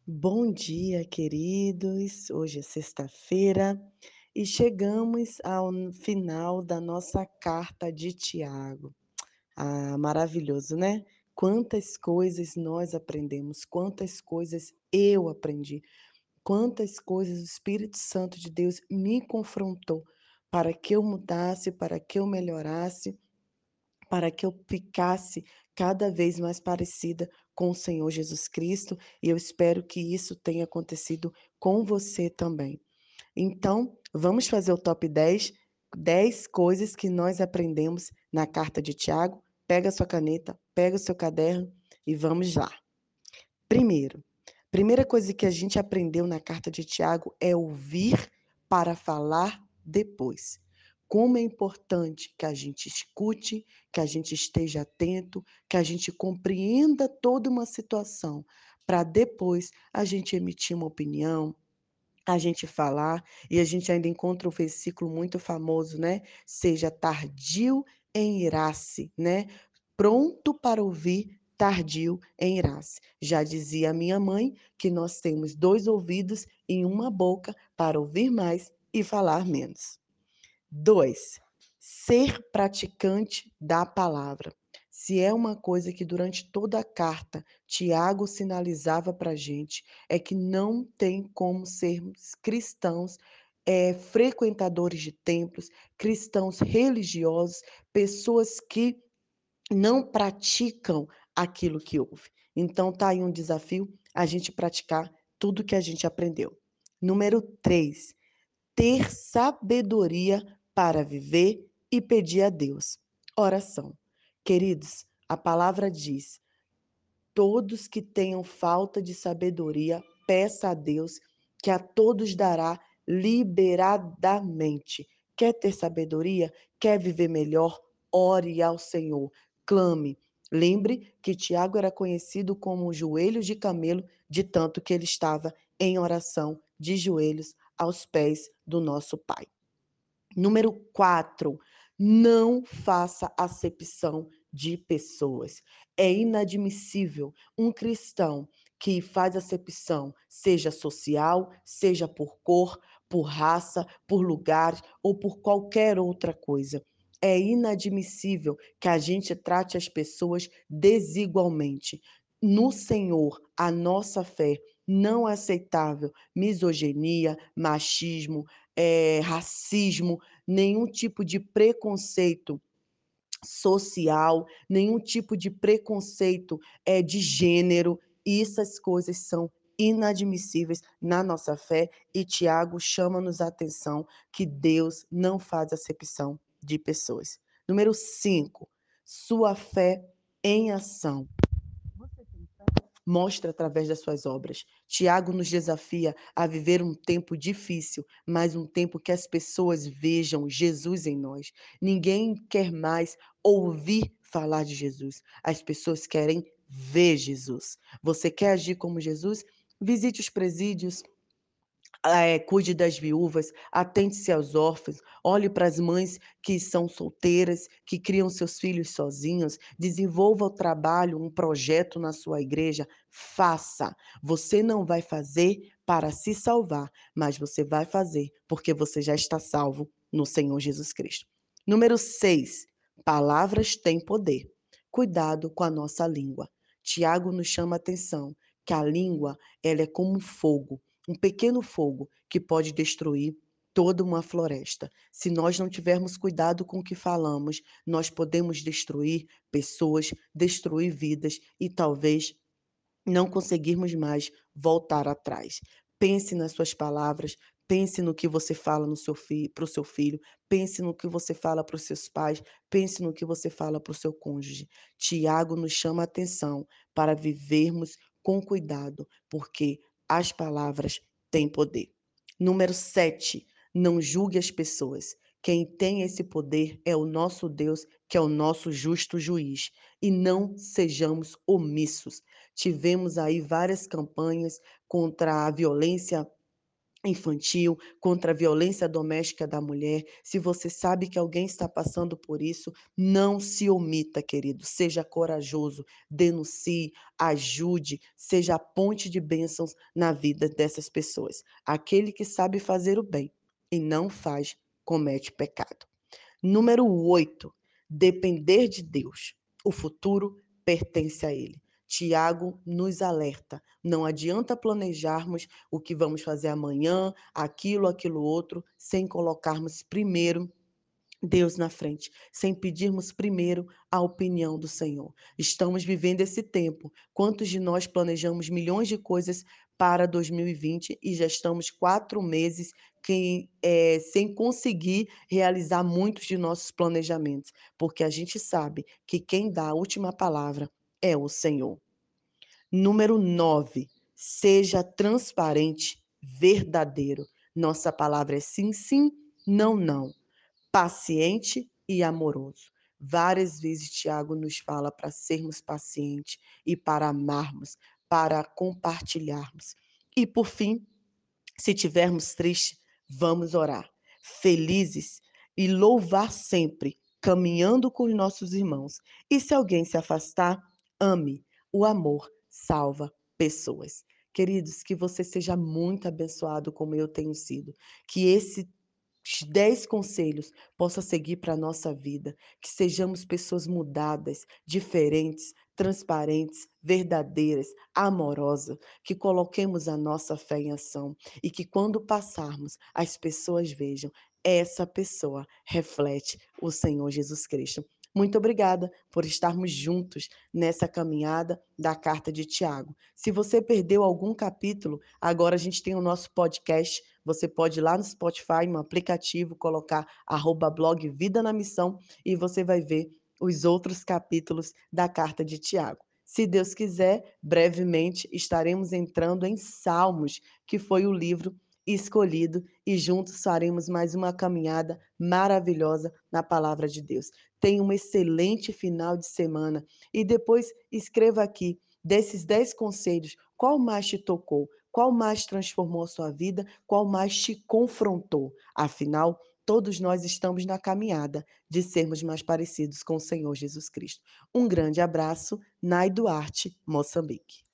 Bom dia, queridos. Hoje é sexta-feira e chegamos ao final da nossa carta de Tiago. Ah, maravilhoso, né? Quantas coisas nós aprendemos, quantas coisas eu aprendi, quantas coisas o Espírito Santo de Deus me confrontou para que eu mudasse, para que eu melhorasse, para que eu ficasse cada vez mais parecida com o Senhor Jesus Cristo, e eu espero que isso tenha acontecido com você também. Então, vamos fazer o top 10, 10 coisas que nós aprendemos na carta de Tiago. Pega a sua caneta, pega o seu caderno e vamos lá. Primeiro, primeira coisa que a gente aprendeu na carta de Tiago é ouvir para falar depois. Como é importante que a gente escute, que a gente esteja atento, que a gente compreenda toda uma situação, para depois a gente emitir uma opinião, a gente falar, e a gente ainda encontra um versículo muito famoso, né? Seja tardio em irar-se, né? Pronto para ouvir, tardio em irar-se. Já dizia a minha mãe que nós temos 2 ouvidos e uma boca para ouvir mais e falar menos. 2, ser praticante da palavra. Se é uma coisa que durante toda a carta Tiago sinalizava para a gente, é que não tem como sermos cristãos, frequentadores de templos, cristãos religiosos, pessoas que não praticam aquilo que ouve. Então tá aí um desafio, a gente praticar tudo que a gente aprendeu. Número 3, ter sabedoria para viver e pedir a Deus. Oração. Queridos, a palavra diz: todos que tenham falta de sabedoria, peça a Deus, que a todos dará liberadamente. Quer ter sabedoria? Quer viver melhor? Ore ao Senhor, clame. Lembre que Tiago era conhecido como joelhos de camelo, de tanto que ele estava em oração, de joelhos aos pés do nosso Pai. Número 4, não faça acepção de pessoas. É inadmissível um cristão que faz acepção, seja social, seja por cor, por raça, por lugar ou por qualquer outra coisa. É inadmissível que a gente trate as pessoas desigualmente. No Senhor, a nossa fé não é aceitável misoginia, machismo, racismo, nenhum tipo de preconceito social, nenhum tipo de preconceito de gênero. E essas coisas são inadmissíveis na nossa fé e Tiago chama-nos a atenção que Deus não faz acepção de pessoas. Número 5, sua fé em ação. Mostra através das suas obras. Tiago nos desafia a viver um tempo difícil, mas um tempo que as pessoas vejam Jesus em nós. Ninguém quer mais ouvir falar de Jesus. As pessoas querem ver Jesus. Você quer agir como Jesus? Visite os presídios, cuide das viúvas, atente-se aos órfãos, olhe para as mães que são solteiras, que criam seus filhos sozinhos, desenvolva o trabalho, um projeto na sua igreja, faça. Você não vai fazer para se salvar, mas você vai fazer porque você já está salvo no Senhor Jesus Cristo. Número 6, palavras têm poder. Cuidado com a nossa língua. Tiago nos chama a atenção que a língua, ela é como um fogo, um pequeno fogo que pode destruir toda uma floresta. Se nós não tivermos cuidado com o que falamos, nós podemos destruir pessoas, destruir vidas e talvez não conseguirmos mais voltar atrás. Pense nas suas palavras, pense no que você fala no seu para o seu filho, pense no que você fala para os seus pais, pense no que você fala para o seu cônjuge. Tiago nos chama a atenção para vivermos com cuidado, porque as palavras têm poder. Número 7, não julgue as pessoas. Quem tem esse poder é o nosso Deus, que é o nosso justo juiz. E não sejamos omissos. Tivemos aí várias campanhas contra a violência infantil, contra a violência doméstica da mulher. Se você sabe que alguém está passando por isso, não se omita, querido. Seja corajoso, denuncie, ajude, seja a ponte de bênçãos na vida dessas pessoas. Aquele que sabe fazer o bem e não faz, comete pecado. Número 8, depender de Deus. O futuro pertence a Ele. Tiago nos alerta: não adianta planejarmos o que vamos fazer amanhã, aquilo outro, sem colocarmos primeiro Deus na frente, sem pedirmos primeiro a opinião do Senhor. Estamos vivendo esse tempo. Quantos de nós planejamos milhões de coisas para 2020 e já estamos 4 meses sem conseguir realizar muitos de nossos planejamentos? Porque a gente sabe que quem dá a última palavra é o Senhor. Número 9, seja transparente, verdadeiro. Nossa palavra é sim, sim, não, não, paciente e amoroso. Várias vezes Tiago nos fala para sermos pacientes e para amarmos, para compartilharmos. E por fim, se tivermos triste, vamos orar. Felizes e louvar sempre, caminhando com os nossos irmãos. E se alguém se afastar, ame. O amor salva pessoas. Queridos, que você seja muito abençoado como eu tenho sido. Que esse 10 conselhos possa seguir para a nossa vida, que sejamos pessoas mudadas, diferentes, transparentes, verdadeiras, amorosas, que coloquemos a nossa fé em ação e que quando passarmos, as pessoas vejam, essa pessoa reflete o Senhor Jesus Cristo. Muito obrigada por estarmos juntos nessa caminhada da carta de Tiago. Se você perdeu algum capítulo, agora a gente tem o nosso podcast. Você pode ir lá no Spotify, no aplicativo, colocar @blog Vida na Missão e você vai ver os outros capítulos da carta de Tiago. Se Deus quiser, brevemente estaremos entrando em Salmos, que foi o livro escolhido, e juntos faremos mais uma caminhada maravilhosa na palavra de Deus. Tenha um excelente final de semana e depois escreva aqui, desses 10 conselhos, qual mais te tocou? Qual mais transformou a sua vida? Qual mais te confrontou? Afinal, todos nós estamos na caminhada de sermos mais parecidos com o Senhor Jesus Cristo. Um grande abraço, Nai Duarte, Moçambique.